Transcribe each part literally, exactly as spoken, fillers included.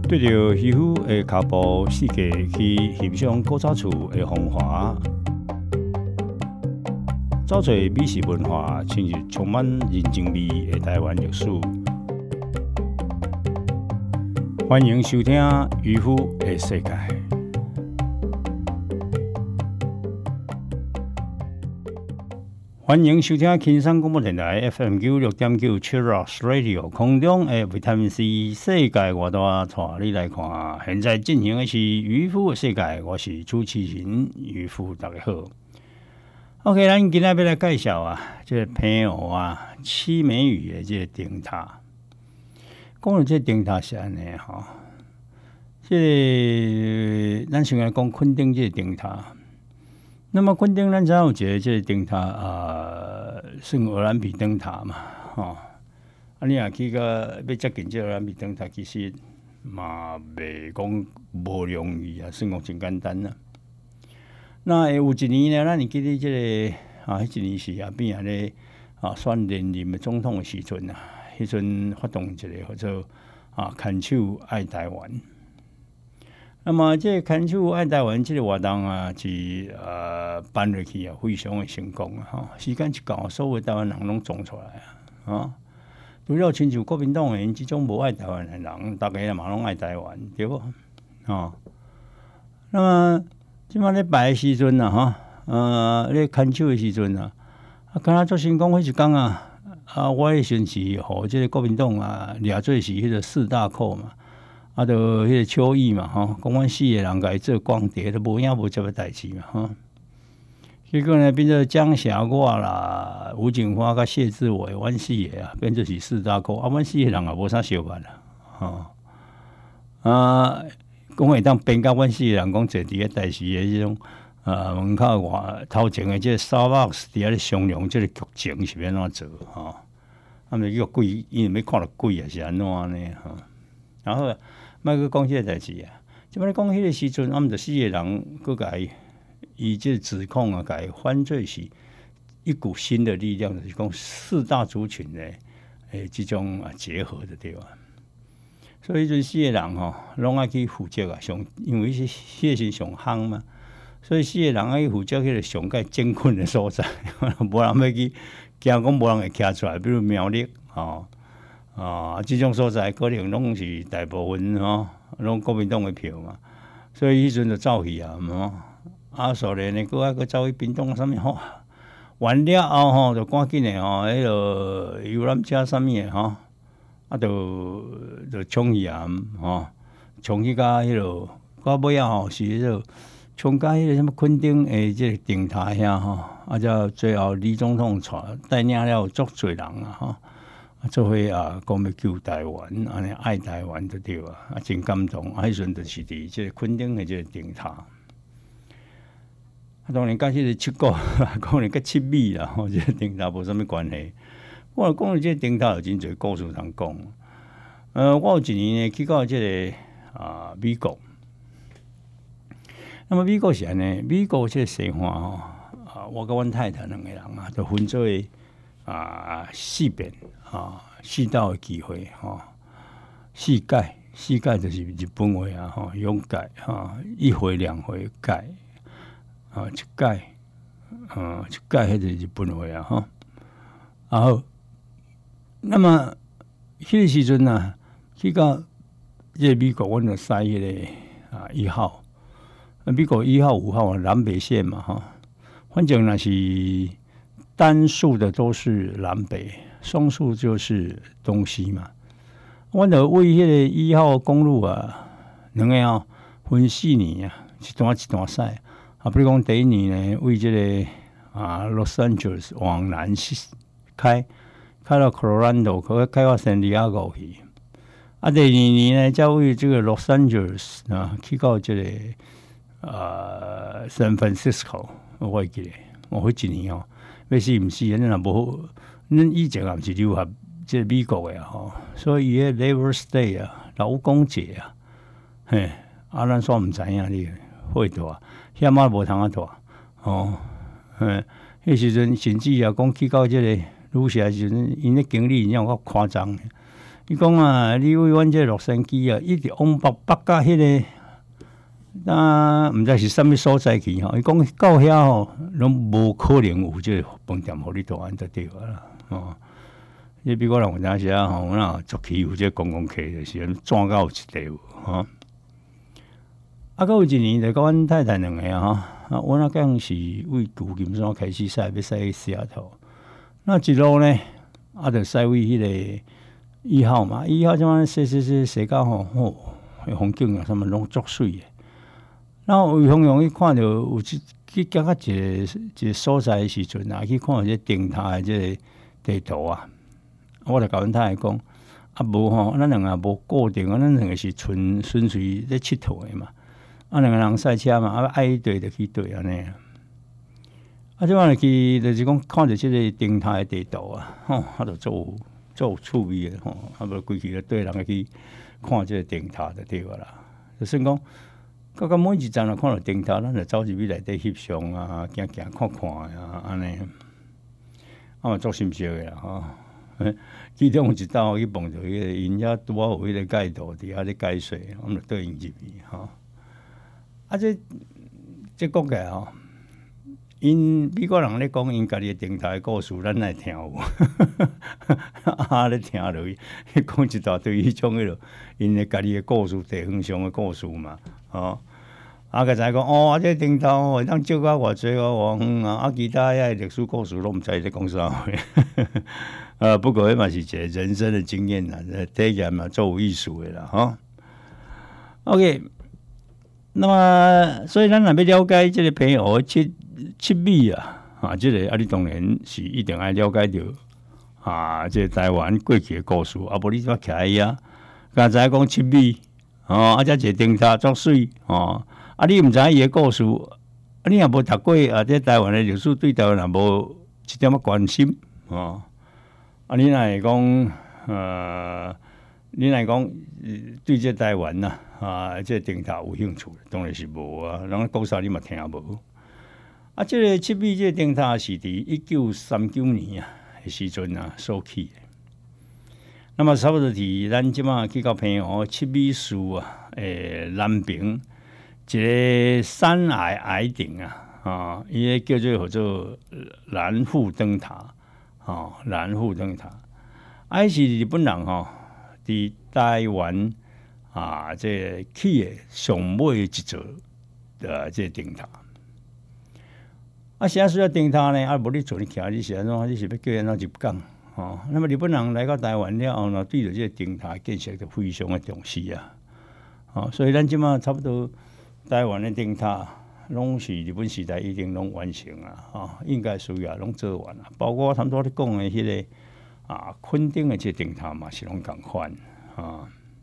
对着渔夫的脚步世界去欣赏古早厝的风华，找找美食文化，深入充满人情味的台湾历史。欢迎收听《渔夫的世界》。欢迎收听青山广播电台 F M 九六点九 Cheers Radio 空中的维他命 C 世界我都带你来看。现在进行的是渔夫的世界，我是主持人渔夫，大家好。OK， 咱今天要来介绍啊，这个澎湖啊，七美屿的这个灯塔。讲到这灯塔是安尼哈，这个咱先来讲垦丁这个灯塔。那么垦丁咱知有一个这个灯塔啊，算鹅銮鼻灯塔嘛，吼、哦。啊，你若去个要接近这鹅銮鼻灯塔，其實嘛袂講無容易啊，算講真簡單啦。那有一年呢，咱會記得這個啊，迄一年是啊邊啊咧啊選連任的總統的時陣啊，迄陣發動一個叫做啊牽手愛台灣。那麼這牽手愛台灣這個活動啊，是呃辦落去啊，非常的成功啊！哈，時間一到，所有台灣人攏總出來啊！啊，除了親像國民黨的人，這種無愛台灣的人，大家嘛攏愛台灣，對不？啊，那麼即馬咧擺的時陣啊，哈，呃，咧牽手的時陣啊，啊，敢若做成功迄一天啊，啊，我迄陣是和這個國民黨啊，掠做是迄個四大寇嘛。啊，就迄個邱毅嘛，吼，講阮四個人甲伊做光碟，都無影無接嘅代志嘛，吼。結果呢，變做江霞我啦、吳景華甲謝志偉，阮四個啊，變做是四大寇。啊，阮四個人也無啥相捌啦，吼。啊，講會當變甲阮四個人講坐佇個代志嘅即種啊門口外頭前嘅即個 Starbucks 佇遐咧商量即個劇情是要安怎做，吼。啊，咪叫鬼，因為要看到鬼啊是安怎呢，吼。然後。莫去講迄個代志啊！即擺咧講迄個時陣，我們著四個人佫甲伊以即個指控啊，甲伊犯罪是一股新的力量，就是講四大族群咧，誒，即種啊結合的對吧？所以迄陣四個人吼，攏愛去負責啊，上因為是迄個是上夯嘛，所以四個人愛去負責迄個上界艱困的所在，無人要去驚講無人會徛出來，比如苗栗吼。啊，這種所在可能攏是大部分吼，攏國民黨的票嘛，所以迄陣就走去啊，吼。啊，所以呢，佫愛佫走去屏東啥物吼，完了後吼，就趕緊的吼，迄個遊覽車啥物的吼，啊，就就衝去啊，吼，衝去甲迄個，到尾啊吼是迄個衝甲迄個什麼墾丁誒，即個燈塔遐吼，啊，就最後李總統帶帶領了足濟人啊，吼。做伙啊，講要救台灣，安尼愛台灣就對啊，啊真感動。啊，迄陣就是佇即個墾丁的即個燈塔。啊，當然甲迄個七股，可能甲七米啦，吼，即個燈塔無啥物關係。我講到即個燈塔有真濟故事通講。呃，我有一年呢去到即個啊美國，那麼美國是安尼，美國即個西方吼，啊，我甲阮太太兩個人啊，就分做啊四邊。啊，四道的機會吼，四界四界就是日本話啊，吼，永界哈，一回兩回界啊，一界啊，一界迄就是日本話啊，吼。然後，那麼迄個時陣啊，去到即個美國，阮就使迄個啊一號，美國一號五號南北線嘛，吼，反正若是單數的都是南北。雙數就是東西嘛，我就為迄個一號公路啊，兩個哦分四年啊，一段一段駛。啊，比如講第一年呢，為這個啊 Los Angeles 往南開，開到 Colorado， 開開到聖地亞哥去。啊，第二年呢，再為這個 Los Angeles 啊，去到這個啊 San Francisco， 我會記得，我會一年哦，要是唔是，你若無。恁以前也毋是留學即個美國嘅吼，所以伊個 Labor Day 啊，勞工節啊，嘿，啊咱煞毋知影你會大，遐嘛無通啊大，吼，嘿，迄時陣甚至啊講去到即個旅社時陣，因咧經理有夠誇張， 伊讲啊，你为阮这洛杉矶啊，一直往北北甲迄个，那毋知是啥物所在去吼。伊讲到遐吼，拢无可能有这个饭店互你住安得对个啦。哦，你比我人有当时啊吼，那足起有这观光客就是转到有一地吼。啊，搁有一年就甲阮太太两个啊吼，啊，阮啊讲是为旧金山开始驶，要驶去西雅图。那一路呢，啊，就驶为迄个。一号嘛，一号即摆踅踅踅踅到吼，吼，风景啊，什么拢足水诶。然后魏丰勇去看到有去去行到一个一个所在诶时阵啊，去看到这灯塔诶这个地图啊，我就甲阮太太讲，啊无吼，咱两个无固定啊，咱两个是纯纯粹咧佚佗诶嘛。啊，两个人赛车嘛，啊爱对就去对安尼。啊，即摆去就是讲看着即个灯塔诶地图啊，吼，啊就做。做趣味的吼，啊无规矩咧对人去看即个灯塔就对个啦。就算讲，到到每一站啊看到灯塔，咱就走入去内底翕相啊，行行看看啊，安尼，啊嘛足心烧的啦吼。其中有一道去碰到迄个，因遐拄好有迄个街道伫遐咧解说，我们就对因入去吼。啊，这这讲起来吼。因美国人咧讲因家己的电台故事，咱来听有，啊咧听落去，讲一大堆迄种迄落，因的家己的故事，地方上的故事嘛，哦，啊个才讲哦，啊这电台会当照到偌济哦，远啊，啊其他遐历史故事拢毋知咧讲啥货，呃，不过迄嘛是一个人生的经验啦，体验嘛，做有艺术的啦，吼 ，OK， 那么所以咱若要了解这个朋友去。七米啊，啊，这个啊，你当然是一定要了解到啊，这个台湾过去的故事，啊，无你怎徛喺啊？刚才讲七米，哦，啊，遮一个灯塔作水，哦，啊，你毋知影伊的故事，啊，你也无读过啊，这台湾的历史对台湾也无一点仔关心，哦，啊，你若会讲，呃，你若讲对这台湾呐，啊，这灯塔有兴趣，当然是无啊，人讲啥你嘛听无。啊，这个七米这个灯塔是伫一九三九年啊的时阵啊所起的。那么差不多伫咱即马去到平湖七米树啊，诶南边一个山崖崖顶啊，啊，伊个叫做叫做蓝户灯塔，哦，蓝户灯塔，啊，是日本人吼伫台湾啊，这起的上尾一座的这灯塔。啊，啥需要灯塔呢？啊，无你做你徛你是安怎？你是要叫安怎入港？哦，那么日本人来到台湾了后呢，对着这个灯塔建设就非常的重视啊。哦，所以咱即马差不多台湾的灯塔，拢是日本时代已经拢完成啊。哦，应该需要拢做完啊。包括他们你讲的迄、那个啊，垦丁的这灯塔嘛是拢共款啊。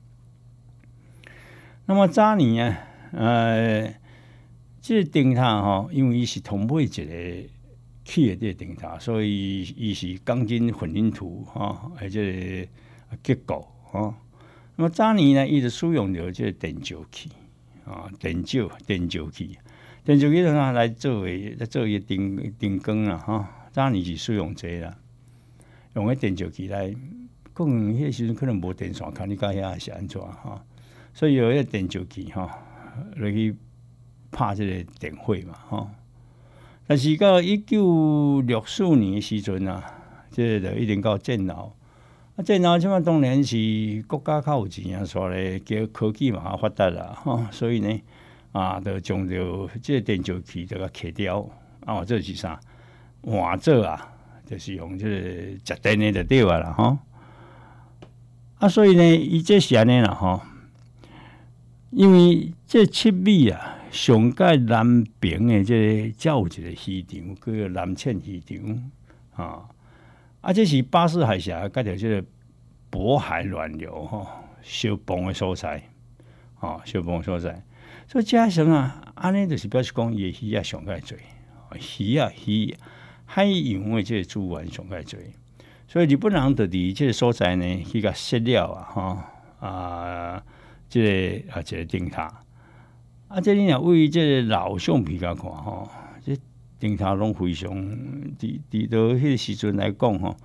那么早年啊，呃。这个灯塔吼，因为伊是同尾一个起的这个灯塔，所以伊是钢筋混凝土吼，而且结构吼。那么早年呢，伊就使用着这个电烧器啊，电烧电烧器，电烧器呢来作为来做伊灯灯光啦吼。早年是使用这啦，用迄电烧器来，可能迄时阵可能无电线，看你家遐是安怎吼，所以有迄个电烧器吼来去。拍这个电火嘛，吼！但是到一九六四年的时阵啊，这个就一定到战后。啊，战后即马当然是国家较有钱啊，所以叫科技嘛较发达啦，吼！所以呢，啊，就将着这个电烧器就甲砍掉。啊，这是啥？换做啊，就是用这个食电的就对啊啦，吼！啊，所以呢，伊这是安尼啦，吼！因为这七米啊。上界南边的这才有一个渔场，叫做南堑渔场啊。啊，这是巴士海峡甲着这个渤海暖流吼相碰的所在，哦，相碰所在。所以加上啊，安尼就是表示讲，伊的鱼啊上界多，鱼啊鱼海洋的这个资源上界多。所以日本人就伫这个所在呢，去甲设了啊，吼啊，这个啊，这个灯塔。啊，这你若为这老相片甲看吼，这灯塔拢非常，伫伫到迄个时阵来讲吼，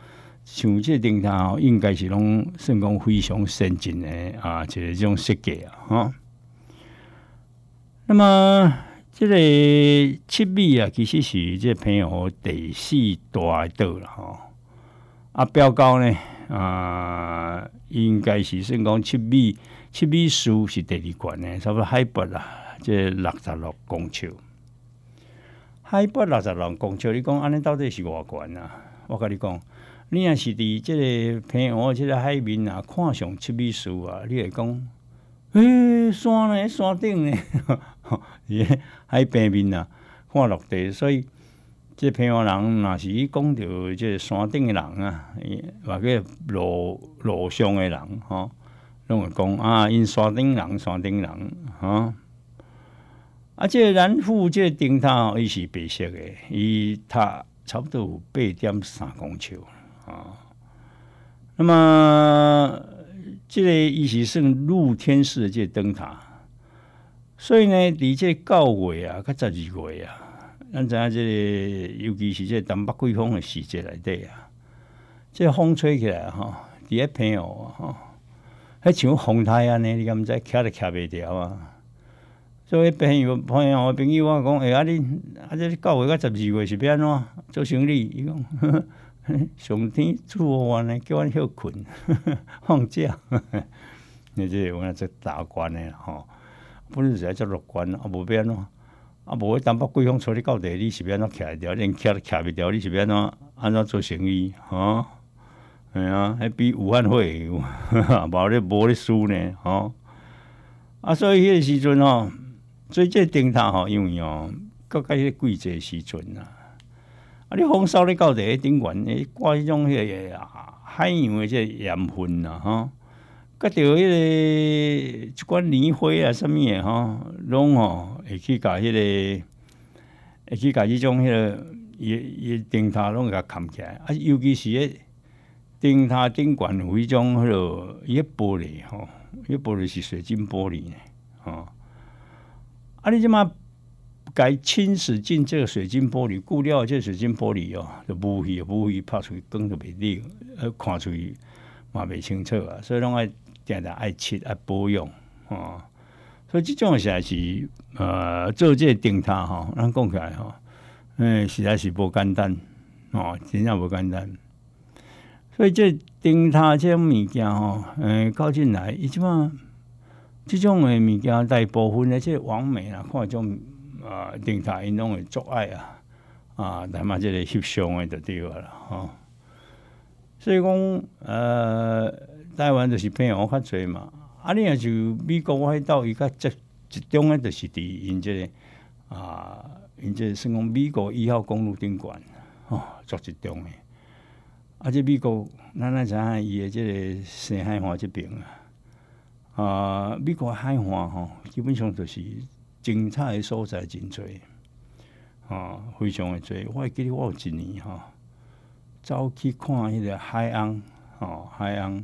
像这灯塔吼，应该是拢算讲非常先进的啊，就是这种设计啊，吼。那么这个七米啊，其实是这澎湖第四大岛了吼。啊，标高呢啊，应该是算讲七米，七米四是第二悬的，差不多海拔啦，这六十六公尺。海拔六十六公尺，你讲安尼到底是偌悬啊？我甲你讲，你若是伫即个澎湖即个海面啊，看上七米四啊，你会讲，诶，山呢？山顶呢？伊海平面啊，看落地，所以即澎湖人若是讲到即山顶的人啊，或者路路上的人吼，拢会讲啊，因山顶人，山顶人吼。啊，即个南湖即个灯塔，伊是白色的，伊塔差不多有八点三公尺啊。那么，即个伊是算露天式的即个灯塔，所以呢，伫即九月啊，甲十二月啊，咱知影即个，尤其是即东北季风的时节内底啊，即个风吹起来吼，伫咧澎湖啊吼，迄像风台安尼，你敢毋知徛都徛袂牢啊！所以朋友朋友朋友我讲，哎、欸、啊你啊这九月到十二月是要安怎做生意？伊讲上天赐我呢，叫阮休困放假。你这有影做大官的吼，本是爱做乐观，啊无要安怎？啊无迄东北季风吹你到地，你是要安怎徛得牢？连徛都徛袂牢，你是要安怎安怎做生意？吼，系啊，迄比武汉会无咧无咧输呢，吼。啊，所以迄个时阵吼。所以这灯塔吼，因为哦，到甲迄个季节时阵啊，啊，你风扫咧到地顶悬，诶，挂迄种迄个海洋的这盐分啊，吼，甲着迄个一管泥灰啊，啥物诶吼，拢吼会去甲迄个，会去甲迄种迄个伊伊灯塔拢甲冚起来，啊，尤其是迄灯塔顶悬有迄种迄落伊迄玻璃吼，迄玻璃是水晶玻璃呢，吼。啊！你即马该侵蚀进这个水晶玻璃，固料这水晶玻璃哦，就雾气，雾气拍出去光就袂利，呃，看出去嘛袂清楚啊，所以拢爱定定爱切爱保养哦。所以即种实在是呃做这个灯塔吼，咱讲起来吼，诶，实在是无简单哦，真正无简单。所以这灯塔这种物件吼，诶，搞进来，伊即马。这种的物件，大部分的这网美啊，看种啊灯塔，因拢会作爱啊，啊，但嘛这个翕相的就对了吼。所以讲，呃，台湾就是澎湖较侪嘛，啊，你若就美国我迄道伊较集集中的，就是伫因这个啊，因这算讲美国一号公路顶悬，哦，足集中的。啊，这美国咱咱知影伊的这个西海岸这边啊。啊，美国海岸吼，基本上就是精彩的所在真多，啊，非常的多。我会记得我有一年吼，走去看迄个海岸，吼，海岸，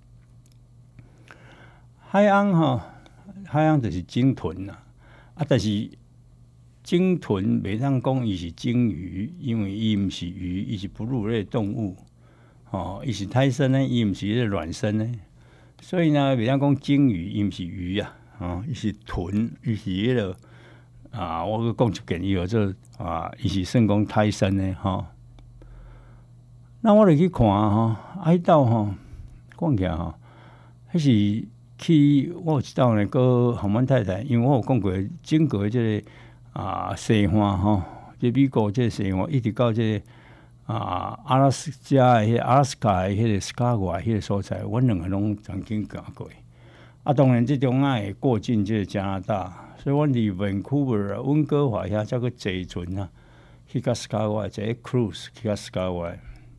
海岸吼，海岸就是鲸豚啦，啊，但是鲸豚袂当讲伊是鲸鱼，因为伊毋是鱼，伊是哺乳类动物，吼，伊是胎生呢，伊毋是迄个卵生呢。所以呢，袂当讲鲸鱼，伊毋是鱼啊，哦，伊是豚，伊是迄、那个啊，我去讲一件伊哦，这啊，伊是算讲胎生的吼、哦。那我就去看吼，迄道吼，讲起来吼，迄是去我有一道呢，个和阮太太，因为我有讲过，整个即个啊西岸吼，即美国即西岸一直到即、這個。啊，阿拉斯加的迄阿拉斯加的迄个斯卡瓦迄个所在，阮两个拢曾经行过。啊，当然即中啊会过境即个加拿大，所以阮伫 Vancouver 温哥华遐才去坐船啊，去甲斯卡瓦坐 cruise 去甲斯卡瓦。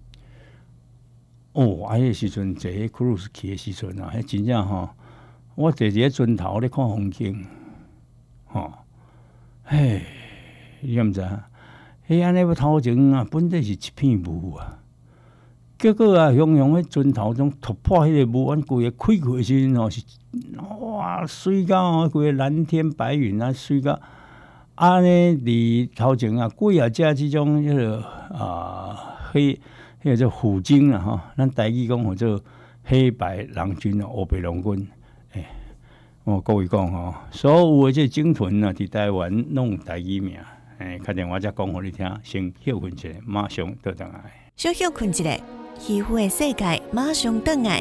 哦，啊，迄个时阵坐迄 cruise 去的时阵啊，迄真正吼，我坐伫个船头咧看风景，吼，嘿，你敢知影？迄安尼要头前啊，本底是一片雾啊，结果啊，雄雄迄船头中突破迄个雾，阮规个开开时阵哦是哇，水到哦，规个蓝天白云啊，水到安尼伫头前啊，几啊只即种迄个啊黑迄个叫虎鲸啦吼，咱台语讲叫做黑白郎君哦，乌白郎君。诶、欸，我各位讲吼，所有的这鲸豚啊，伫台湾拢有台语名。诶，确定我才讲互你听，先休困一下，马上倒转来。 小休困一下，渔夫的世界马上倒来。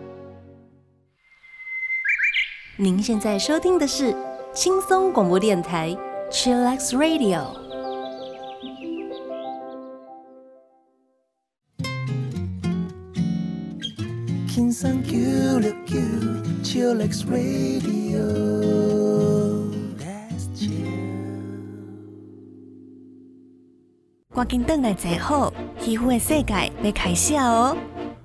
您现在收听的是轻松广播电台 Chillax Radio。 轻松九六九 Chillax Radio。Let's chill。 赶紧倒来坐好，渔夫的世界要开始哦。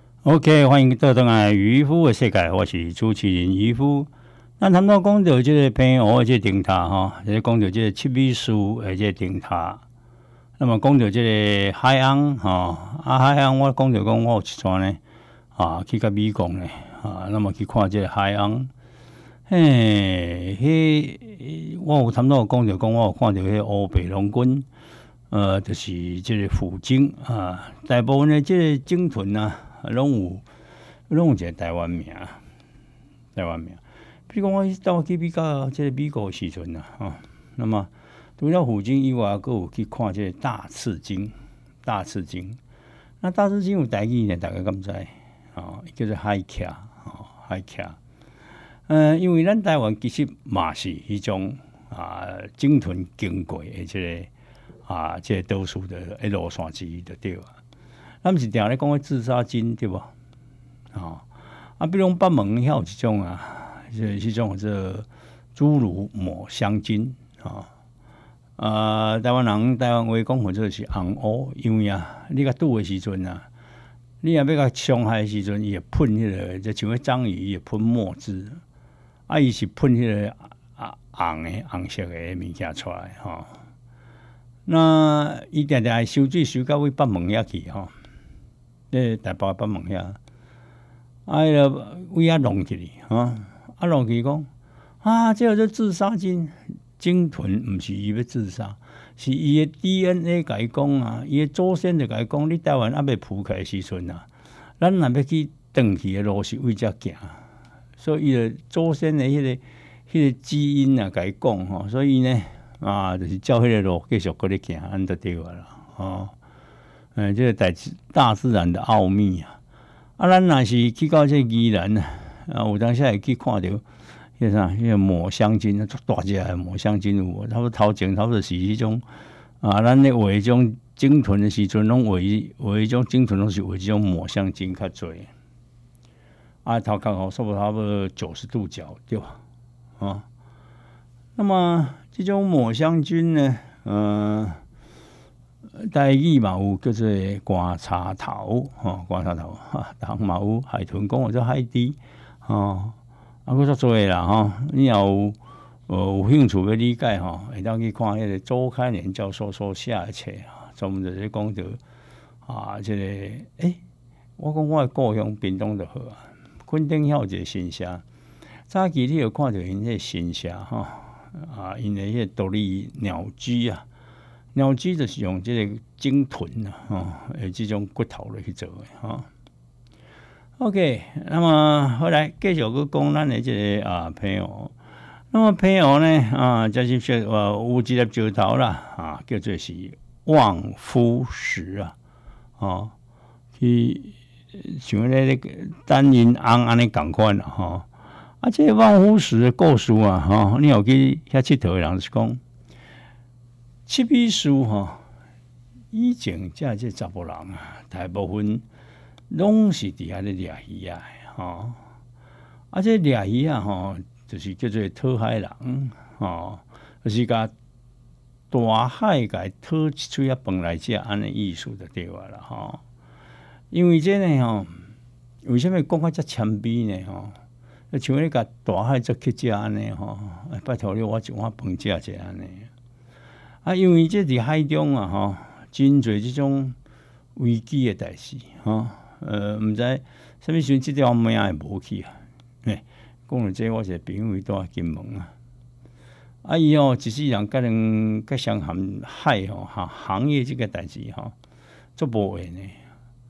OK， 欢迎倒转来渔夫的世界，我是主持人渔夫。咱谈到讲到这个平湖的这个灯塔吼，就是讲到这个七米树的这个灯塔。那么讲到这个海洋吼，啊海洋我讲到讲我有一串呢啊去到美国呢啊，那么去看这个海洋。嘿，迄我有谈到讲到讲我有看到迄乌白龙君，呃，就是这个虎鲸啊，大部分的这个鲸豚啊，拢有拢有一个台湾名，台湾名。比如讲，我到去比较这个美国的时阵啊，哦，那么除了虎鲸以外，还有去看这个大翅鲸，大翅鲸。那大翅鲸有台语呢，大家敢知？哦，叫做海徛，哦，海徛。嗯、呃，因为咱台湾其实嘛是迄种啊鲸豚经过的这个啊这个岛屿的一路线之一就对啊。咱毋是定咧讲个自杀鲸对无？哦，啊，比如北门遐有一种啊。是是种这侏儒抹香鲸啊，啊，台湾人台湾话讲或者是红乌，因为啊，你甲拄的时阵啊，你若要甲伤害的时阵，伊会喷迄、那个，就像个章鱼，伊会喷墨汁，啊，伊是喷迄个啊红的红色的物件出来吼、哦。那伊定定收水收到位北门遐去吼，咧台北北门遐，啊，迄个位遐弄起哩吼。啊，落去讲啊，这个自杀鲸鲸豚，毋是伊要自杀，是伊的 D N A 甲伊讲啊，伊的祖先就甲伊讲，你台湾还未铺开的时阵啊，咱若要去转去的路是为遮行，所以伊的祖先的迄、那个迄、那个基因啊，甲伊讲吼，所以呢啊，就是照迄个路继续搁咧行，安就对啊啦，哦，嗯，这个大大自然的奥秘啊，啊，咱若是去到这宜兰啊。啊，有当时会去看到迄个啥，迄个抹香鲸，足大只的抹香鲸有，差不多头前差不多是迄种啊，咱咧画迄种鲸豚的时阵，拢画画迄种鲸豚，拢是画迄种抹香鲸较侪。啊，头刚好差不多差不多九十度角，对吧？啊，那么这种抹香鲸呢，呃，台语嘛有叫做观察头，吼、哦，观察头，哈，人嘛有海豚讲或者海滴。哦，啊，佫足多啦吼！你若有呃有兴趣要理解吼，会当去看迄个周开年教授所写的册啊，专门就是讲到啊，这个诶、欸，我讲我的故乡屏东就好啊。垦丁遐有一个新社，早期你有看到因迄个新社吼啊，因的迄个独立鸟居啊，鸟居就是用这个鲸豚啊，吼、哦，诶，这种骨头来去做的吼。OK， 那么后来继续去讲咱的这个啊平湖，那么平湖呢啊，就是说呃有一粒石头啦啊，叫做是望夫石啊，哦，去像咧个单人翁安尼共款啦吼，啊，这个望夫石的故事啊，吼，你有去遐佚佗的人是讲，七米树吼，以前遮这查甫人啊，大部分。拢是伫遐咧掠鱼啊，吼！啊，这掠鱼啊，吼，就是叫做讨海人，吼，就是甲大海甲讨一喙啊饭来食，安尼意思就对啊啦，吼。因为这呢，吼，为什么讲啊遮谦卑呢？吼，像你甲大海做去食安尼，吼，拜托你我一碗饭食者安尼。啊，因为这伫海中啊，吼，真侪这种危机的代志，吼。呃，毋知什么时阵这条命会无去啊？嘿，讲到这，我一个朋友住金门啊，啊伊哦，一世人甲人甲相含海吼，哈行业这个代志吼，做无闲的。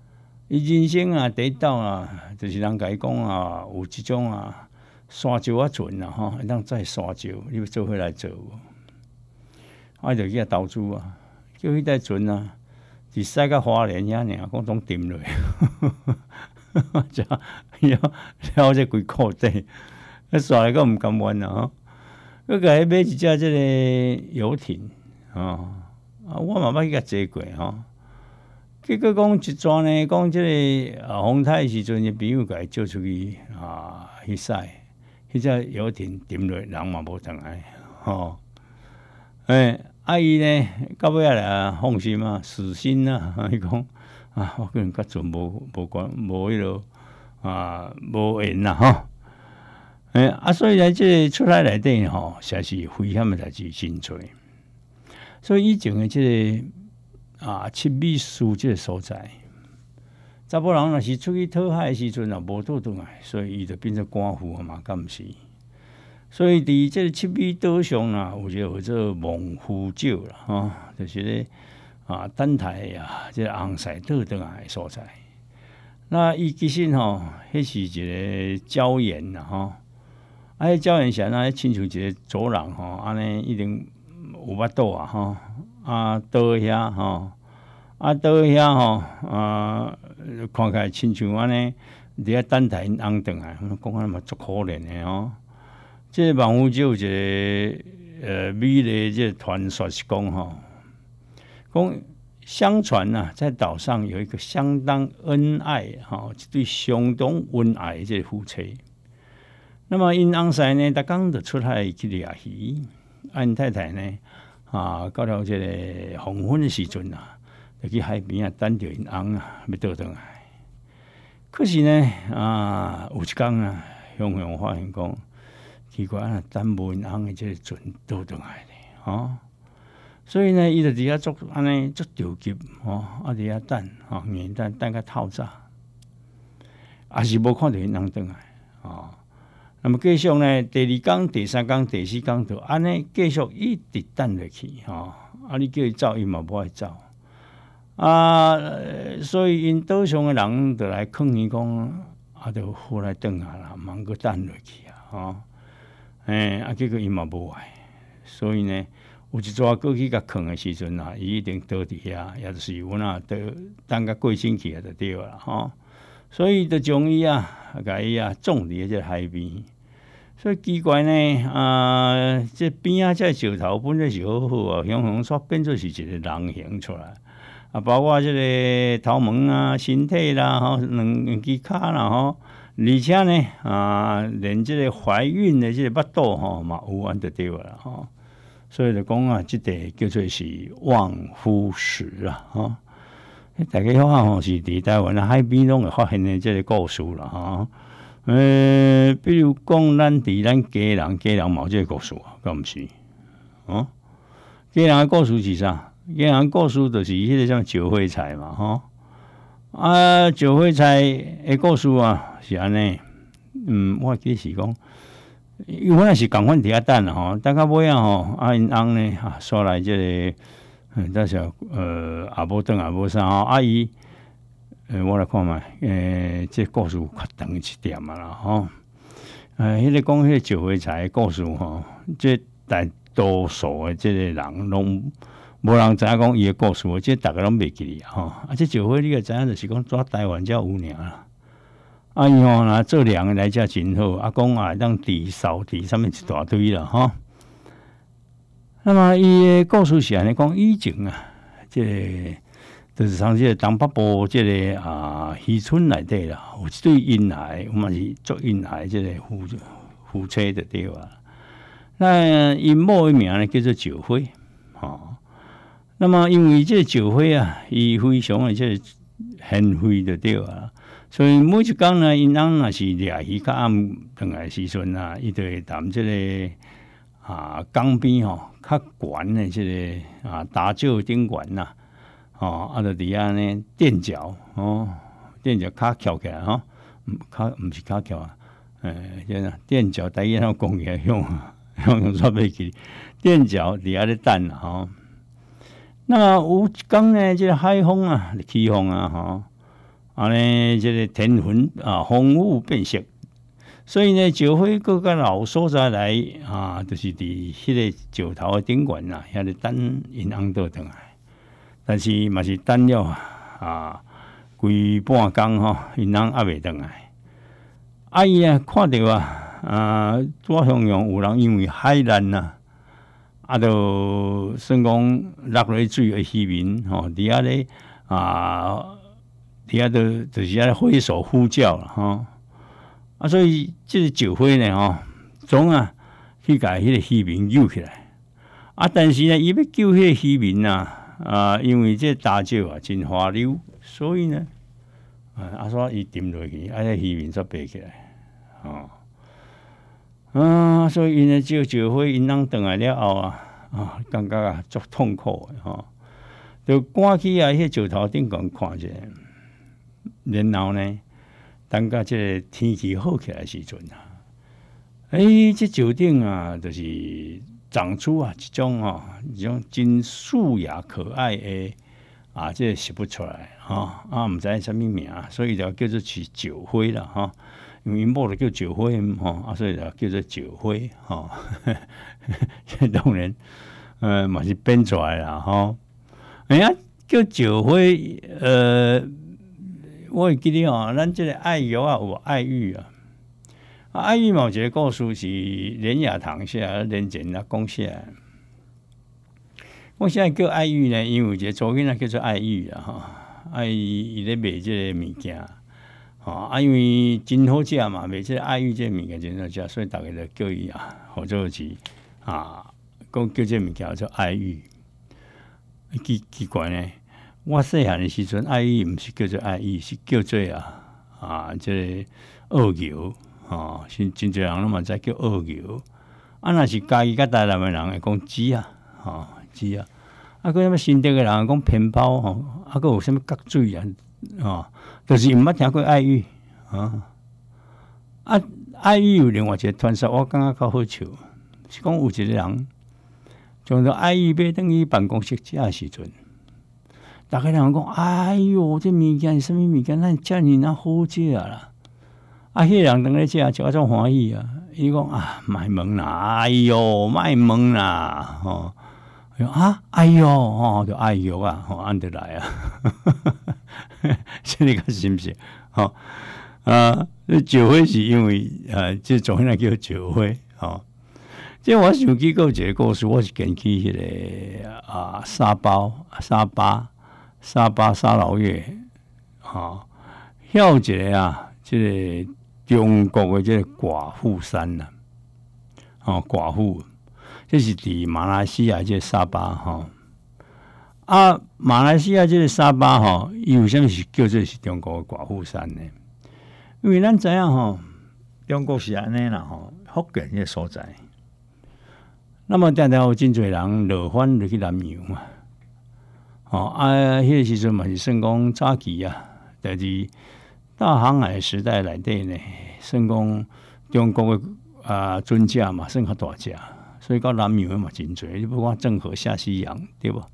伊人生啊，第一道啊，就是人甲伊讲啊，有即种啊，山石啊船啊，吼，当载山石，你要做伙来做无？啊，就去遐投资啊，叫迄台船啊，是驶到花莲遐尔，讲总沉落，就了了这规裤底，啊，煞来个毋甘愿啊，吼，佮甲伊买一只即个游艇，吼，啊，我嘛捌去甲坐过吼。结果讲一转呢，讲即个啊风台时阵，伊朋友甲伊借出去啊去驶，迄只游艇沉落，人嘛无转来，吼。诶，啊伊呢到尾仔来放心啊，死心啊，伊讲啊，我个人甲船无无关，无迄落啊无缘啦，吼。诶啊，所以咧，即个出海内底吼，实在是危险诶代志真多。所以以前诶即个。啊，七米苏即个所在，查甫人若是出去讨海的时阵啊，无倒转来，所以伊就变成官府嘛，敢毋是？所以伫即个七米岛上啊，有一个叫做猛虎礁啦，吼，就是咧啊，等待啊，即个红赛倒转来的所在。那伊其实吼，迄是一个礁岩啦，吼，啊，迄礁岩是安那亲像一个走廊吼，安尼一定有法度啊，吼。啊，倒遐吼，啊倒遐吼，啊看起来亲像安尼，伫遐等待因翁转来，讲安尼嘛足可怜的吼。即、这个猛虎礁有一个呃美丽即个传说是讲吼，讲相传呐、啊，在岛上有一个相当恩爱吼，一对相当恩爱的这个夫妻。那么因翁婿呢，逐工就出海去掠鱼，啊因太太呢。啊，到了这个黄昏的时阵啊，就去海边啊等着因翁啊，要倒转来。可是呢，啊，有一天啊，雄雄发现讲，奇怪啊，等无因翁的这个船倒转来咧，吼。所以呢，伊就伫遐做安尼做着急，吼，啊伫遐等，吼，硬等等甲透早，也是无看到因翁转来，吼。那么继续呢，第二天、第三天、第四天，就安尼继续一直等落去，吼。啊，你叫伊走，伊嘛无爱走。啊，所以因岛上的人就来抗议讲，啊，就后来转下啦，茫个等落去啊，吼。诶，啊，结果伊嘛无爱，所以呢，有一抓过去甲坑的时阵啊，伊一定倒伫遐，也就是有哪倒等甲过星期啊，就对啦，吼。所以就将伊啊，甲伊啊种伫即个海边。所以奇怪呢，啊，这边啊，这石头本来是好好啊，雄雄煞变做是一个人形出来。啊，包括即个头毛啊、身体啦，吼，两两只脚啦，吼，而且呢，啊，连即个怀孕的即个腹肚吼嘛有安就对啦，吼。所以就讲啊，即个叫做是望夫石啊，吼。大家看吼，是伫台湾海边拢会发现的即个故事啦，吼。诶，比如讲，咱伫咱家人家人嘛有即个故事啊，敢毋是？哦，家人的故事是啥？家人的故事就是迄个像石灰菜嘛，吼。啊，石灰菜的故事啊是安尼，嗯，我记是讲，有可能是共款伫遐等吼，等到尾啊吼，啊因翁呢啊，刷来即、这个。嗯，但是呃，也无顿也无啥吼，阿姨，呃，我来看觅，诶，这故事较长一点啊啦，吼，诶，迄个讲迄个石灰菜故事吼，这大多数的这个人拢无人知影讲伊的故事，这大家拢袂记哩吼，啊，这石灰你个知影就是讲在台湾才有尔啦，啊，伊吼若做粮的来遮真好，啊，讲啊，当地扫地上面一大堆啦，吼。那么伊的故事是安尼讲，以前啊，即、这个就是像即个东北部即个啊渔村内底啦，有一对婴孩，我嘛是做婴孩即个夫夫妻的对啊。那因某的名呢叫做石灰，吼。那么因为即个石灰啊，伊非常的即个贤惠的对啊，所以每一工呢，因翁若是掠鱼较暗转来时阵啊，伊就会谈即个。啊，江边吼较悬的即、这个啊，大石顶悬呐，吼啊，就伫遐呢垫脚哦，垫脚骹翘起来吼，毋骹毋是骹翘啊，诶，即个垫脚台语怎讲起来用用用煞袂记，垫脚伫遐咧等啦吼。那么有一天呢，即、这个海风啊，起风啊吼， 啊呢，这个天魂啊，风雨变色，所以呢，石灰各个老所在来啊，就是伫迄个石头的顶悬呐，遐个等因翁倒转来，但是嘛是等了啊，规半工吼，因翁还未转来。啊伊啊看到啊，啊左向阳有人因为海难呐，啊，就算讲落落水的渔民吼，伫遐咧啊。底下都就是在挥手呼叫了哈，啊，所以这个石灰呢吼，总啊去把迄个渔民救起来，啊，但是呢，伊要救迄个渔民呐，啊，因为这大石啊真滑溜，所以呢，啊，啊，所以伊沉落去，啊，迄渔民才爬起来，哦，啊，所以因呢，这石灰因翁转来了后啊，啊，感觉啊足痛苦的吼，就赶去啊，迄石头顶悬看者。然后呢，等到这个天气好起来的时阵啊，诶、欸，这石顶啊，就是长出啊一种哦，一种真素雅可爱的啊，这写不出来哈啊，唔知什么名，所以就叫做是石灰啦哈，因为某就叫石灰哈啊，所以就叫做石灰哈。这当然，呃，嘛是编出来啦哈。哎呀，叫石灰，呃。我会记得哦，咱这个爱玉啊，有爱玉啊，啊爱玉嘛，有一个故事是连雅堂写，连前啊讲写。我现在叫爱玉呢，因为有一个祖囡仔叫做爱玉啊，哈，爱伊咧卖这个物件，吼啊，因为真好食嘛，卖这个爱玉这个物件真好食，所以大家就叫伊啊，或者是啊，讲叫这物件叫做爱玉，奇奇怪呢。我细汉的时阵，爱玉毋是叫做爱玉，是叫做啊啊，这个澳牛啊，真真侪人拢嘛知叫澳牛。啊，若是家己甲台南的人会讲鸡啊，吼鸡啊。啊，佮什么新竹的人讲偏包吼，啊，佮有啥物角水啊，哦，就是毋捌听过爱玉啊。啊，爱玉有另外一个传说，我感觉较好笑，是讲有一个人将着爱玉买等去办公室食的时阵。大家人讲，哎哟，这物件是什么物件？咱遮尔那好食啦！啊，迄个人当咧食，食啊种欢喜啊！伊讲啊，卖问啦，哎哟，卖问啦，吼、哦！啊，哎哟，吼、哦，就哎哟啊，吼、哦，按得来啊！这你看是不是？吼、哦、啊，这石灰是因为啊，这种那叫石灰，吼、哦。这我想起过一个故事，我是根据迄个啊沙包沙巴。沙巴沙老越，哈，还一个啊，这个中国的这个寡妇山呐、啊，哦，寡妇，这是伫马来西亚这个沙巴哈，啊，马来西亚这个沙巴哈，伊为什么是叫做是中国的寡妇山呢？因为咱知影吼，中国是安尼啦吼，福建这个所在，那么常常有真侪人落番落去南洋嘛。哦啊，迄、那个时阵嘛是算讲早期啊，但是大航海时代内底呢，算讲中国的啊船只嘛算较大只，所以到南洋嘛真侪，你不管郑和下西洋，对不？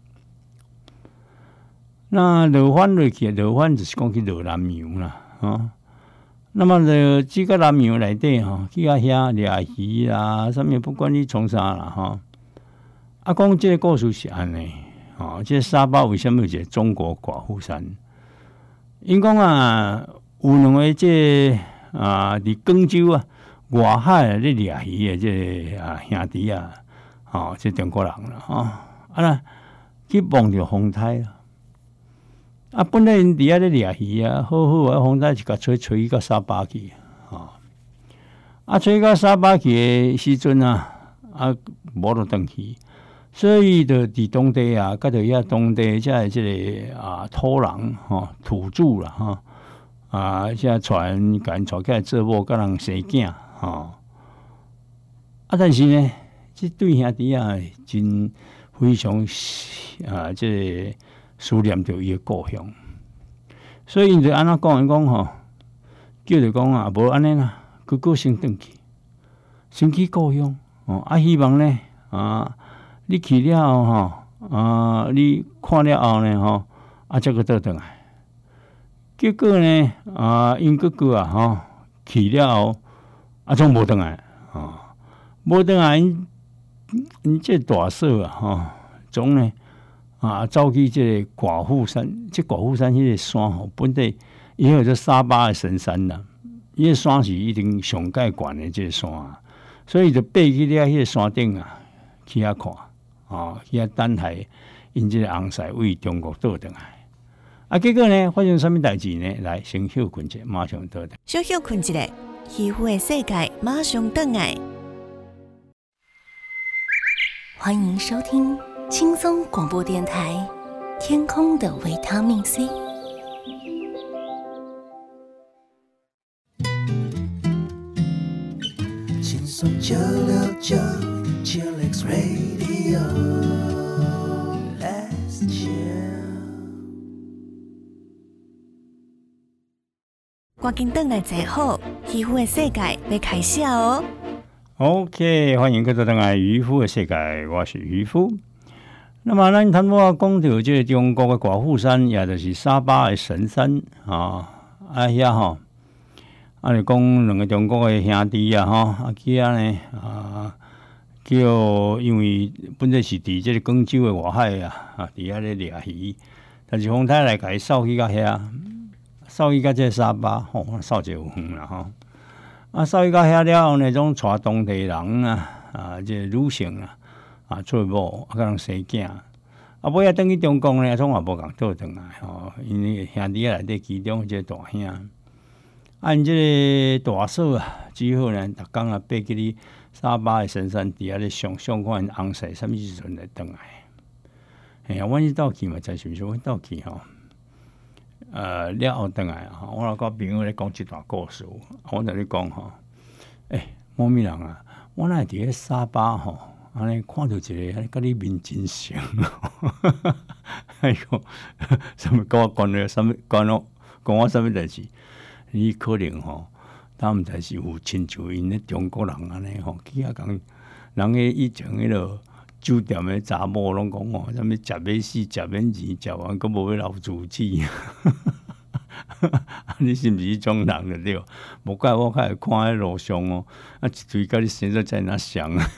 那落番落去，落番就是讲去落南洋啦，啊，那么落即个南洋内底吼，去啊遐掠鱼啦，啥物不管你从啥啦，哈，啊，讲即个故事是安尼。哦，这沙巴为什么有一个中国寡妇山？因讲啊，有两个这啊，伫广州啊外海咧掠鱼的这啊兄弟啊，哦，这中国人啦，吼、哦、啊啦去望着风台啦，啊，本来因伫遐咧掠鱼啊，好好啊，风台就甲吹吹到沙巴去，哦，啊，吹到沙巴去的时阵啊，啊，无就转去。所以就伫当地啊，甲着遐当地即个即个啊土人吼土著啦吼啊，即传甲因带起来做某，甲人生囝吼啊，但是呢，即对兄弟啊真非常啊，即个思念着伊诶故乡，所以因就安怎讲因讲吼，叫着讲啊，无安尼啦，哥哥先转去，先去故乡哦，啊，希望呢啊。你去了后吼，啊，你看了后呢吼，啊，这个倒转来， 结果呢，啊，因哥哥啊，吼去了后，啊，总无转来，哦，无转来，因因这大嫂啊，吼，总呢啊，走去这个寡妇山，这寡妇山迄个山吼，本地伊有这沙巴的神山啦，伊个山是一定上盖悬的这个山，所以就爬去了迄个山顶啊，去遐看，哦，去遐等待因这个红婿为中国倒转来。啊，结果呢，发生什么代志呢？来，先休困者，马上倒来。 小休困一下，渔夫的世界马上倒来。欢迎收听轻松广播电台《天空的维他命 C》。 轻松九六九 Chillax Radio，Let's chill。 赶紧转来坐好，渔夫的世界要开始哦。 OK， 欢迎各位登来渔夫的世界，我是渔夫。那么咱谈话讲到这个中国的寡妇山，也就是沙巴的神山啊，啊遐吼，啊就讲两个中国的兄弟啊，吼啊去啊呢啊，叫因为本来是伫这个广州的外海啊，啊伫遐咧掠鱼，但是风台来甲伊扫去到遐。扫去到这沙巴，吼、哦，扫者有远啦，吼。啊，扫去到遐了后呢，种带当地人啊，啊，这女性啊，啊，做某啊，甲人生囝。啊，尾仔等去中国呢，总也无共倒转来，吼，因为兄弟内底其中这大兄，按这个大嫂啊，只好呢，逐工啊，爬去哩沙巴的神山底下咧上上看因红婿什么时阵来转来。哎呀，阮迄倒去嘛，才是说阮倒去吼。呃，了后转来哈，我甲朋友咧讲一段故事，我同你讲吼，诶、欸，某咪人啊，我那伫咧沙巴吼，安尼看到一个，安甲你面真像，哎呦，什么跟我讲了什么，讲我讲我什么代志？你可能吼，他毋知是有亲像因咧中国人安尼吼，去遐讲人诶以前迄落。酒店的查某拢讲哦，什么食免死，食免钱，食完佫无要留住子。你是毋是迄种人就对？无怪我开始看喺路上哦，啊一堆甲你生做在哪像啊？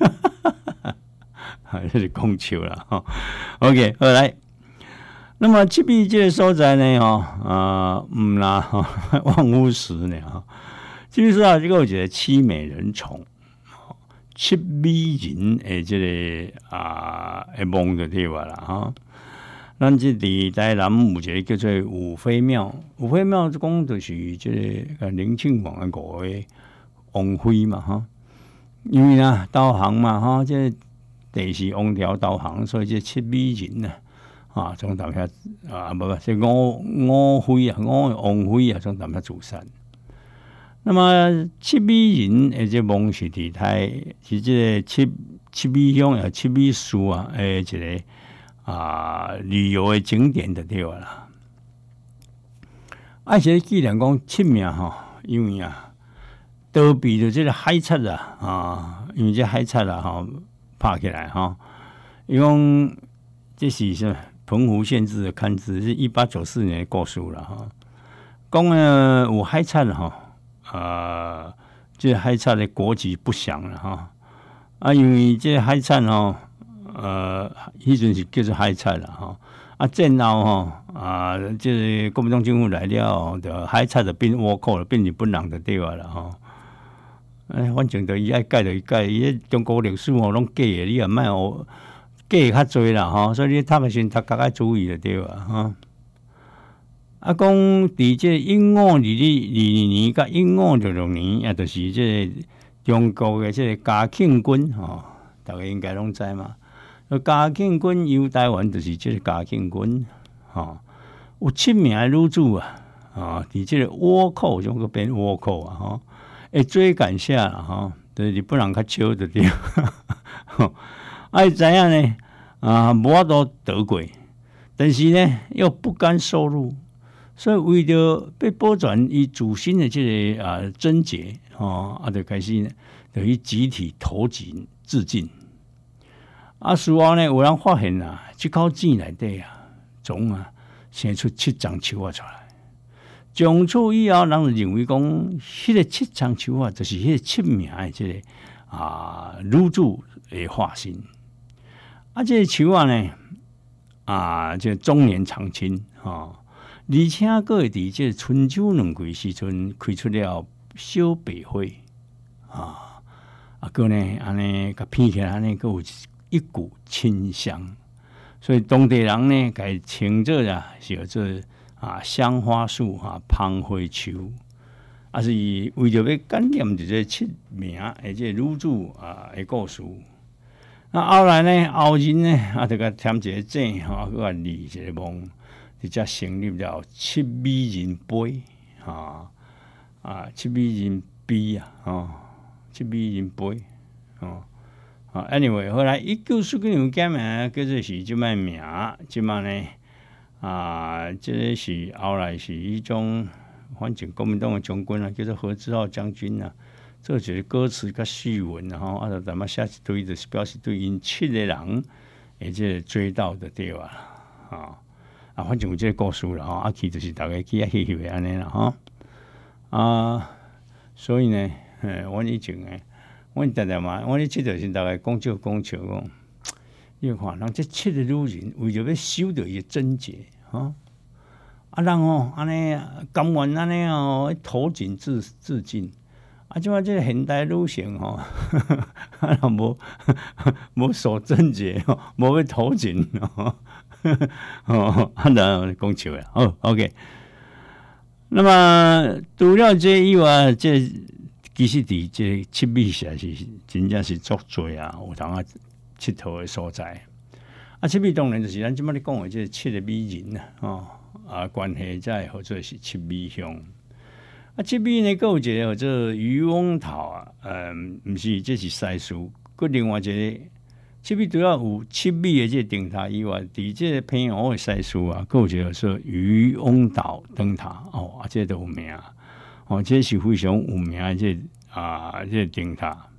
迄是讲笑啦吼。OK， 好来。那么七米这个所在呢，吼啊，毋啦，万屋石呢，吼。七米所在这个有一个七美人虫。七美人诶，这个啊，诶梦就对话啦哈。咱这里台南有一个叫做五妃庙，五妃庙讲就是这个林庆王的五个王妃嘛哈。因为呢导航嘛哈，这地是王朝导航，所以这七美人呢啊，从谈遐啊，不不，这五五妃啊，五王妃啊，从谈遐主山。那么七美人诶，这梦是伫台是这个七七美乡啊、七美树啊，诶，一个啊旅游的景点就对啦。而且既然讲七名吼，因为啊，都比着这个海贼啊啊，因为这海贼啊吼拍起来哈，因为这是是澎湖县志的刊字，是一八九四年的故事了哈。讲呃有海贼哈。呃，这海贼的国籍不详了哈，啊，因为这海贼吼，呃，迄阵是叫做海贼啦哈，啊，战后吼，啊，这国民党政府来了，就海贼就变倭寇了，变日本人就对啊啦哈。哎，反正就伊爱改就伊改，伊中国历史吼拢假的，你也莫学假较侪啦哈，所以你读的时阵读较爱注意就对啊哈。啊，讲伫这一五二二二年甲一五六六年，也就是这中国的这个嘉庆军吼，大家应该拢知嘛。嘉庆军游台湾，就是这个嘉庆军吼，有七名的女子啊，啊，伫这个倭寇，种个变倭寇啊，吼，会追赶下啦，吼，就是日本人较少的对。啊，知影呢，啊，无法度得过，但是呢，又不甘受辱。所以为着要保全伊祖先的这个啊贞洁哦，啊就开始呢，就去集体投井自尽。啊，事后呢，有人发现啊，这口井内底啊，总啊生出七张树啊出来。 从此以後，人就認為講，迄個七重樹啊，就是迄個七名的即、這個啊女主的化身。啊，即、這個樹啊呢，啊，即、這個終年長青吼，而且佫會佇即個春秋兩季時陣開出了小白花啊，啊，佫呢安尼甲片起來安尼，佫有一股清香，所以當地人呢，甲伊稱作啊，叫做啊香花樹哈，芳花樹，啊是為着要感念着這七名誒即個女主啊誒故事。那後來呢，後人呢啊，就甲添一個井吼，佮甲立一個墓，就才成立了七美人碑啊啊，七美人碑啊，哦，七美人碑哦。啊 ，anyway， 後來一九四九年改名叫做是即擺名，即擺呢啊，即、這個是後來是一種，反正國民黨的將軍啊，叫做何志浩將軍啊，做一個歌詞甲序文啊，啊，就淡仔寫一堆，就是表示對因七個人誒即個追悼的對啊，啊，啊，反正有即個故事啦，吼，啊，去就是大家去啊翕翕安尼啦，吼，啊，所以呢，誒，阮以前誒。阮常常嘛，阮咧佚佗時，大概講笑講笑講，你看人這七個女人為着要守着伊個貞潔，吼，啊人哦安尼甘願安尼哦投井自自盡，啊即擺即個現代女性吼，啊人無無守貞潔吼，無要投井吼，哦，啊人講笑啦，好 OK。那麼除了這以外，這其實佇即七美社是真正是足多啊，有通啊佚佗的所在。啊，七美當然就是咱即擺咧講的即七個美人啊，哦啊關係在或者是七美鄉。啊，七美呢，佫有一個叫做漁翁頭啊，嗯，毋是，這是西施。佫另外一個七美除了有七美的即個燈塔以外，佇即個平湖的西施啊，佫有一個說漁翁島燈塔哦，啊，這都有名。哦，這是非常有名的這個、啊，這燈、個、塔。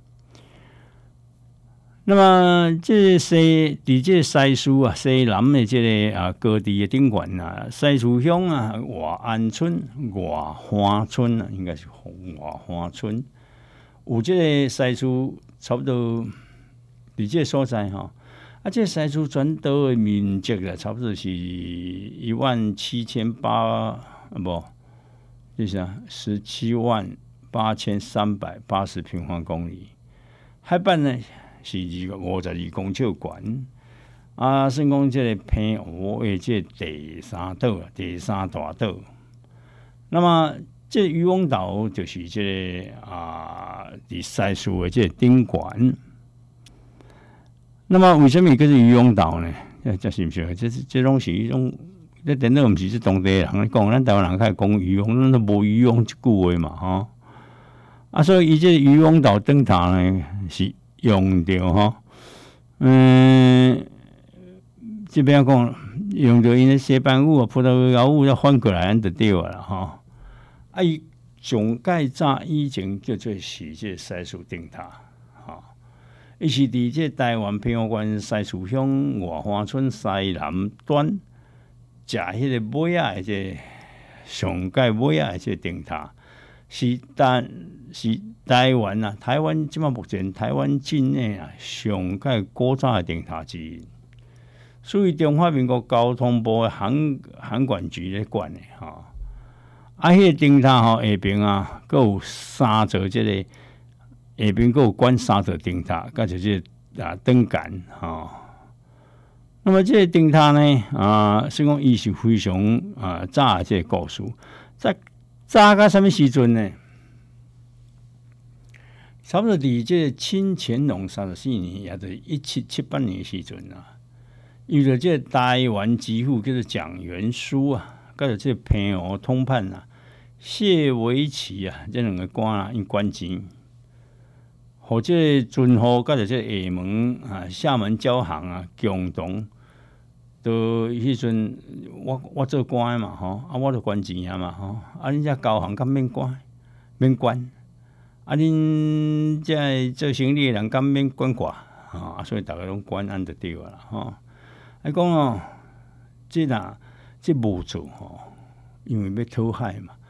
那麼，這西佇這西施啊，西南的這個啊，高地的頂懸啊，西施鄉啊，外安村、外花村啊，應該是外花村。有這個西施差不多佇這個所在哈，啊，這個、西施全島的面積啊，差不多是一萬七千八啊不。就是啊，十七萬八千三百八十平方公里，海拔呢是二五十二公尺懸。啊，算講這個平湖的這第三島啊，第三大島。那麼這漁翁島就是這個啊，佇西施的這頂懸。那麼為什麼叫做漁翁島呢？這是不是？這是這種是一種。這點都毋是即當地人咧講，咱台灣人開講漁翁，咱都無漁翁即句話嘛，吼。啊，所以伊即漁翁島燈塔呢是用着吼，嗯，即邊講用着因個西班牙語、葡萄牙語再翻過來，咱就對啦，吼。啊，伊上蓋早以前叫做是即西施燈塔，吼。伊是佇即台灣平湖縣西施鄉外花村西南端。食迄個尾仔的這上蓋尾仔的這燈塔，是但是台灣啊，台灣即擺目前台灣境內啊上蓋古早的燈塔之一，屬於中華民國交通部的航航管局咧管的吼。啊，迄、那個燈塔吼下邊啊，佫有三座即、這個下邊佫有管三座燈塔，佮就即個啊燈桿吼。那麼這個燈塔呢？啊，所以講伊是非常啊早的這個故事。在早到什麼時陣呢？差不多佇這個清乾隆三十四年，也就是一七七八年的時陣啊，遇到這個台灣知府叫做蔣元樞啊，佮着這個平湖通判啊，謝維奇啊，這兩個官啊，因關錢，和這軍戶佮着這個廈門啊、廈門交行啊，共同。都迄陣，我我做官嘛吼，啊我都關錢啊嘛吼，啊恁遮交行敢免關，免關，啊恁遮做生意的人敢免管掛，啊所以大家攏關安就對啦吼。啊講哦，即若即無做吼，因為要討海嘛，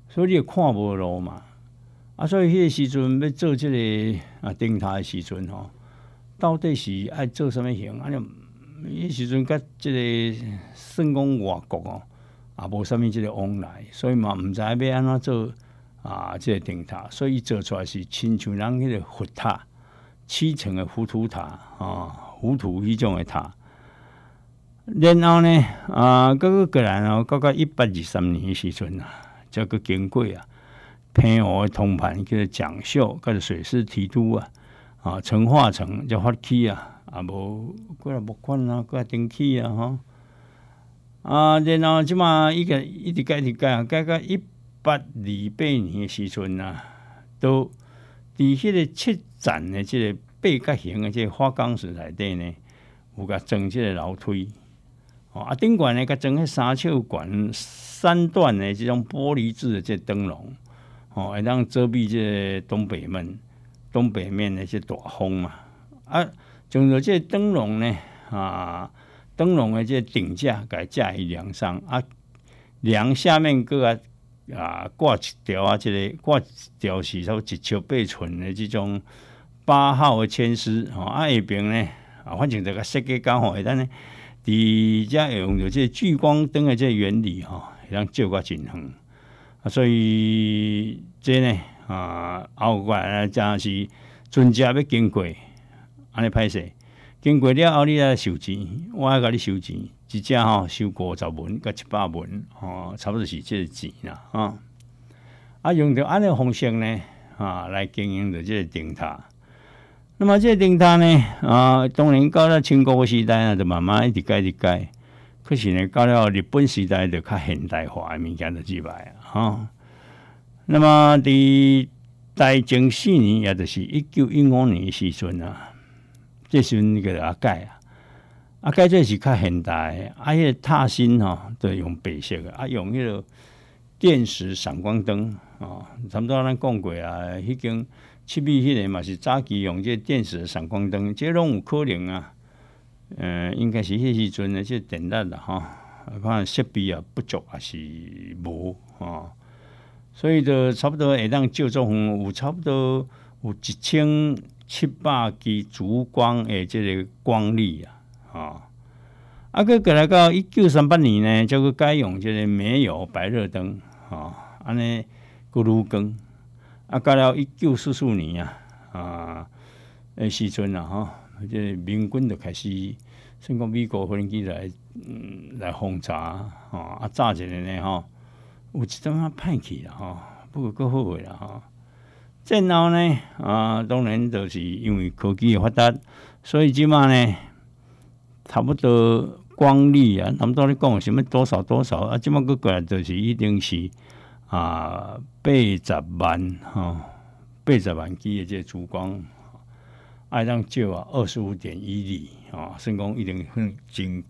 所以你也看无路嘛。啊，所以迄个时阵要做即、這个啊灯塔的时阵吼，到底是爱做什么型？啊，迄时阵甲即个算讲外国哦，也无啥物即个往来，所以嘛毋知要安怎做啊，即、這个灯塔，所以做出来是亲像人迄个佛塔，七层的浮屠塔啊，浮屠迄种的塔。然后呢，啊，搁个过来哦，到到一八二三年的时阵啊，才个经过啊。平湖的通盘叫做蒋秀，叫做水师提督啊，啊，陈化成才发起啊，啊无过来木管啊，过来登起啊，吼啊，然后即马一个一直改一直改啊，改到一八二八年的时阵啊，都伫迄个七站的即个八角形的即个花岗石内底呢，有甲装即个楼梯，哦啊，顶悬呢甲装迄三尺悬三段的即种玻璃制的即个灯笼。哦，会当遮蔽这东北门、东北面的这大风嘛。啊，从着这灯笼呢，啊，灯笼的这顶架，给架于梁上啊，梁下面个啊啊挂一条啊，这个挂一条是差不多一尺八寸的这种八号的铅丝，吼啊下边呢啊，反正这个设计刚好，会当呢，伫遮用着这聚光灯的这原理吼，会当照个真远。啊，所以这呢啊，后过来真是船只要经过，安尼歹势，经过了后你来收钱，我爱甲你收钱，一只吼收五十文甲一百文，吼、哦，差不多是这个钱啦，啊，啊用着安尼方式呢啊来经营着这个灯塔。那么这个灯塔呢啊，当然到了清国时代啊，就慢慢一直改一直改。可是呢，到了日本时代就较现代化的物件就入来啊，哈。那么伫大正四年，也就是一九一五年的时阵啊，这时阵个阿改啊，阿改这是较现代的，啊，迄个塔身吼都用白色的，啊，用迄个电石闪光灯啊，差不多咱讲过啊，迄间七米迄个嘛是早期用这电石闪光灯，这拢有可能啊。呃，应该是迄时阵的这电力啦，吼，可能设备啊不足，还是无吼，所以就差不多会当照作远，有差不多有一千七百支烛光的这个光力啊，吼。啊，佮过来到一九三八年呢，就佮改用这个煤油白热灯，吼，安尼佮愈光。啊，到了一九四四年啊，啊，诶时阵啊，吼。这民军就开始，算讲美国无人机来，嗯，来轰炸，吼啊炸一个呢，吼，有一点仔歹去啦，吼，不过够好诶啦，吼。战后呢，啊，当然就是因为科技的发达，所以即马呢，差不多光力啊，差不多你讲什么多少多少啊，即马过过来就是一定是啊八十万，吼，八十万支的这烛光。爱当照啊，二十五点一里啊，算讲一定很真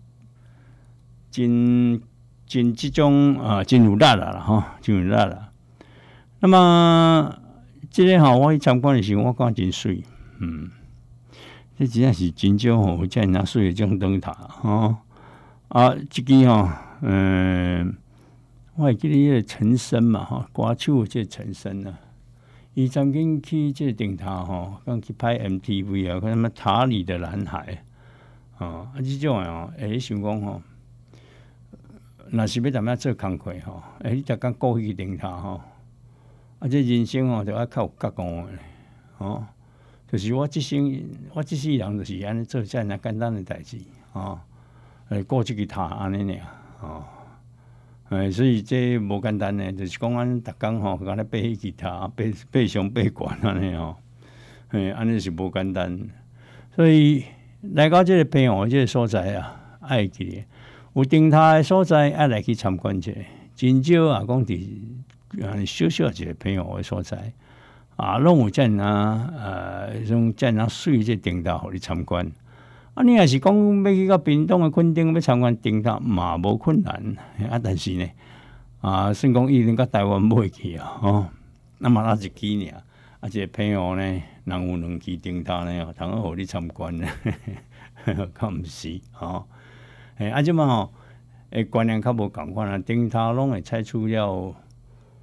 真真这种啊，真有力啦啦哈，真有力啦。那么这个吼，我去参观的时候，我感觉真水，嗯，这真正是真少吼，遮尔水的这种灯塔吼啊，这支吼，嗯，我会记得迄个陈升嘛吼，歌手这陈升啊。伊曾经去这个灯塔吼，刚去拍 M T V 啊，看什么塔里的男孩，哦，啊，这种哦，诶，想讲吼，若是要踮遐做工课吼，诶，你逐工顾迄个灯塔吼，啊，这人生吼就爱较有觉悟诶，吼，就是我即生，我即世人就是安尼做遮尔简单诶代志，吼，诶，顾即个塔安尼尔，吼。诶，所以这无简单呢，就是讲咱逐工吼，敢若爬迄吉他，爬爬上爬悬安尼吼，诶，安尼是无简单。所以来到这个平湖这个所在啊，爱记有灯塔的所在，爱来去参观一下。真少啊，讲伫啊小小一个平湖的所在啊，拢有遮尔呃，种遮尔水这灯塔互你参观。啊，你若是讲要去到屏东的垦丁要参观灯塔嘛无困难啊，但是呢，啊，算讲已经到台湾买去啊，吼，那么那一支尔，啊，这个平湖呢，人有两支灯塔呢，通好互你参观呢，较毋是吼，诶，啊，即嘛吼，诶，观念较无共款啊，灯塔拢会采取了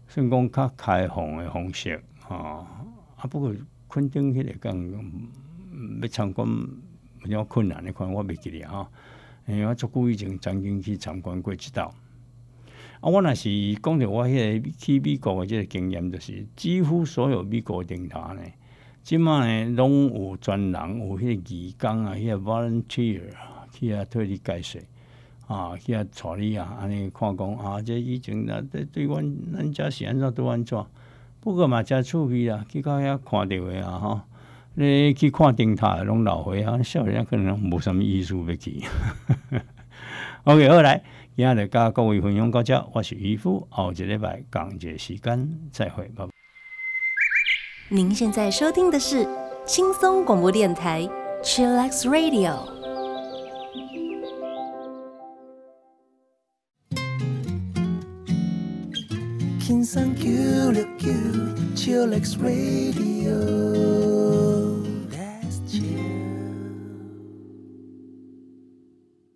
算讲较开放的方式吼。啊，不过垦丁迄个讲要参观比较困难的款，我袂记咧吼。因为我足久以前曾经去参观过一道。啊，我若是讲着我迄个去美国的即个经验，就是几乎所有美国灯塔呢，即摆呢拢有专人有迄个义工啊，迄、那个 volunteer 去啊替你解说啊，去啊带你啊，安尼看讲啊，这以前啊，对对阮咱遮是安怎都安怎。不过嘛，真趣味啦，去到遐看到的啊，吼，你去看灯塔拢老岁啊，少年可能无啥物意思要去。OK， 好来，今日就甲各位分享到这，我是渔夫，后一个礼拜同一个时间再会，拜拜。 您现在收听的是轻松广播电台 Chillax Radio。 轻松九六九 Chillax Radio。